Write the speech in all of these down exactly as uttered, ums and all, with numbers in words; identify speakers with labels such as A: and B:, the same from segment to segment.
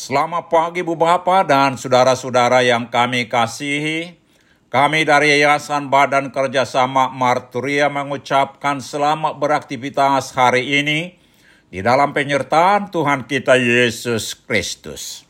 A: Selamat pagi Bu Bapak dan saudara-saudara yang kami kasihi. Kami dari Yayasan Badan Kerjasama Marturia mengucapkan selamat beraktivitas hari ini di dalam penyertaan Tuhan kita Yesus Kristus.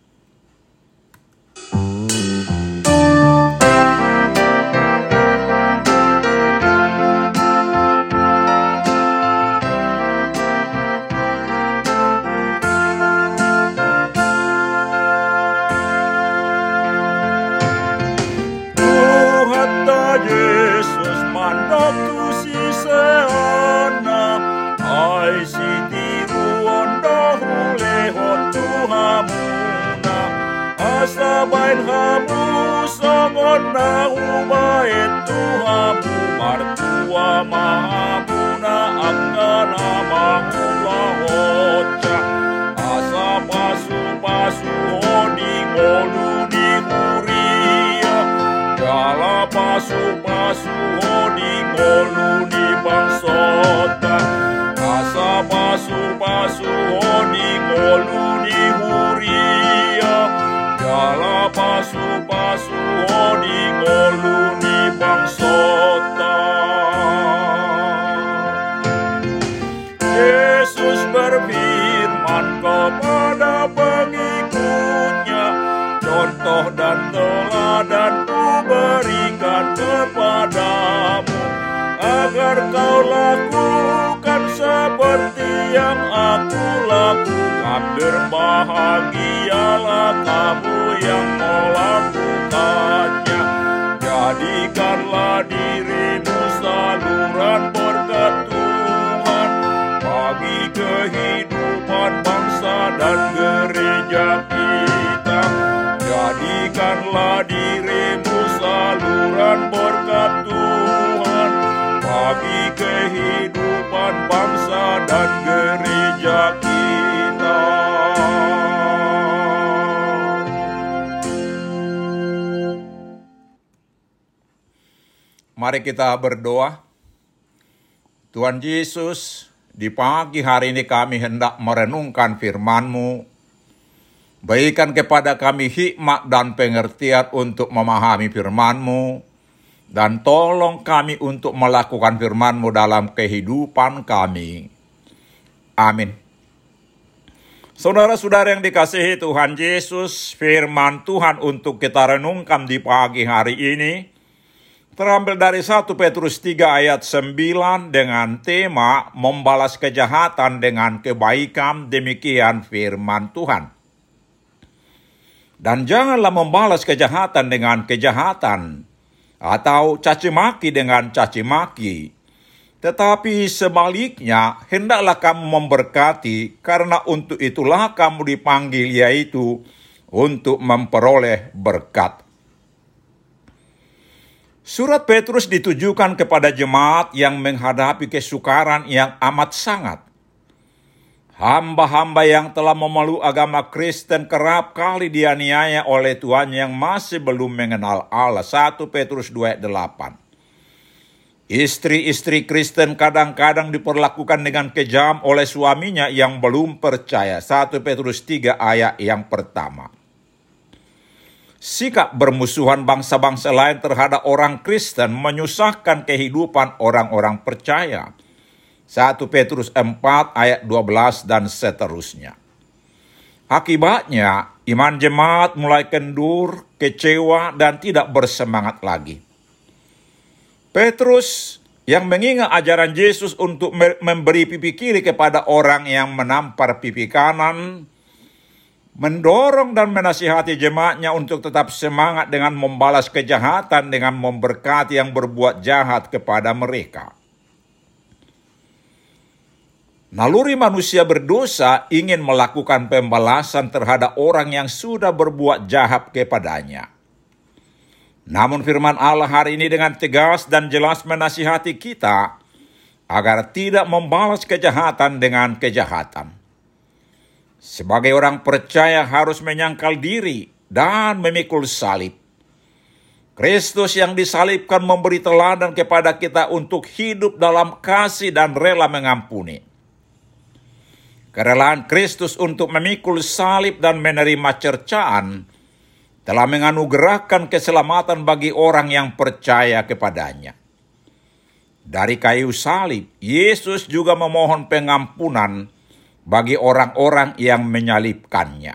B: Sabain hamu songon na ubaet tuhamu martua mahamuna akana mangula hoca asa pasu pasu hodi ngoluni huria jala pasu pasu hodi ngoluni bangsota asa pasu pasu hodi ngoluni huria jala pasu-pasu hodi ngoluni bangsota. Yesus berfirman kepada pengikutnya, contoh dan teladan ku berikan kepadamu, agar kau lakukan seperti yang aku lakukan. Berbahagialah kamu yang melakukannya. Jadikanlah dirimu saluran berkat Tuhan bagi kehidupan bangsa dan gereja kita. Jadikanlah dirimu saluran berkat Tuhan bagi kehidupan bangsa dan gereja kita.
A: Mari kita berdoa. Tuhan Yesus, di pagi hari ini kami hendak merenungkan firman-Mu. Berikan kepada kami hikmat dan pengertian untuk memahami firman-Mu. Dan tolong kami untuk melakukan firman-Mu dalam kehidupan kami. Amin. Saudara-saudara yang dikasihi Tuhan Yesus, firman Tuhan untuk kita renungkan di pagi hari ini terambil dari satu Petrus tiga ayat sembilan dengan tema membalas kejahatan dengan kebaikan, demikian firman Tuhan. Dan janganlah membalas kejahatan dengan kejahatan atau caci maki dengan caci maki, tetapi sebaliknya hendaklah kamu memberkati, karena untuk itulah kamu dipanggil, yaitu untuk memperoleh berkat. Surat Petrus ditujukan kepada jemaat yang menghadapi kesukaran yang amat sangat. Hamba-hamba yang telah memeluk agama Kristen kerap kali dianiaya oleh Tuhan yang masih belum mengenal Allah. satu Petrus dua ayat delapan. Istri-istri Kristen kadang-kadang diperlakukan dengan kejam oleh suaminya yang belum percaya. satu Petrus tiga ayat yang pertama. Sikap bermusuhan bangsa-bangsa lain terhadap orang Kristen menyusahkan kehidupan orang-orang percaya. satu Petrus empat ayat dua belas dan seterusnya. Akibatnya, iman jemaat mulai kendur, kecewa, dan tidak bersemangat lagi. Petrus yang mengingat ajaran Yesus untuk memberi pipi kiri kepada orang yang menampar pipi kanan, mendorong dan menasihati jemaatnya untuk tetap semangat dengan membalas kejahatan dengan memberkati yang berbuat jahat kepada mereka. Naluri manusia berdosa ingin melakukan pembalasan terhadap orang yang sudah berbuat jahat kepadanya. Namun firman Allah hari ini dengan tegas dan jelas menasihati kita agar tidak membalas kejahatan dengan kejahatan. Sebagai orang percaya harus menyangkal diri dan memikul salib. Kristus yang disalibkan memberi teladan kepada kita untuk hidup dalam kasih dan rela mengampuni. kerelaan Kristus untuk memikul salib dan menerima cercaan telah menganugerahkan keselamatan bagi orang yang percaya kepadanya. Dari kayu salib, Yesus juga memohon pengampunan bagi orang-orang yang menyalibkannya.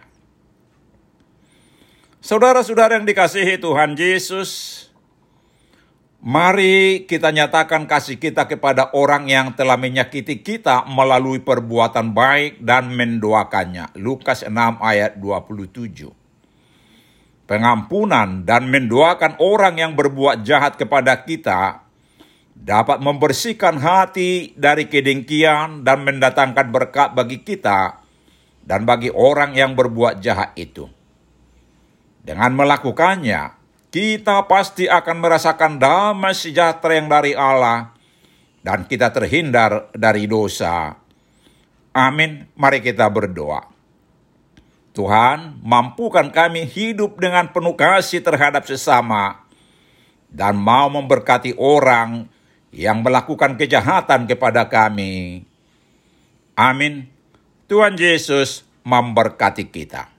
A: Saudara-saudara yang dikasihi Tuhan Yesus, mari kita nyatakan kasih kita kepada orang yang telah menyakiti kita melalui perbuatan baik dan mendoakannya. Lukas enam ayat dua puluh tujuh. Pengampunan dan mendoakan orang yang berbuat jahat kepada kita dapat membersihkan hati dari kedengkian dan mendatangkan berkat bagi kita dan bagi orang yang berbuat jahat itu. Dengan melakukannya, kita pasti akan merasakan damai sejahtera yang dari Allah dan kita terhindar dari dosa. Amin. Mari kita berdoa. Tuhan, mampukan kami hidup dengan penuh kasih terhadap sesama dan mau memberkati orang yang melakukan kejahatan kepada kami. Amin. Tuhan Yesus memberkati kita.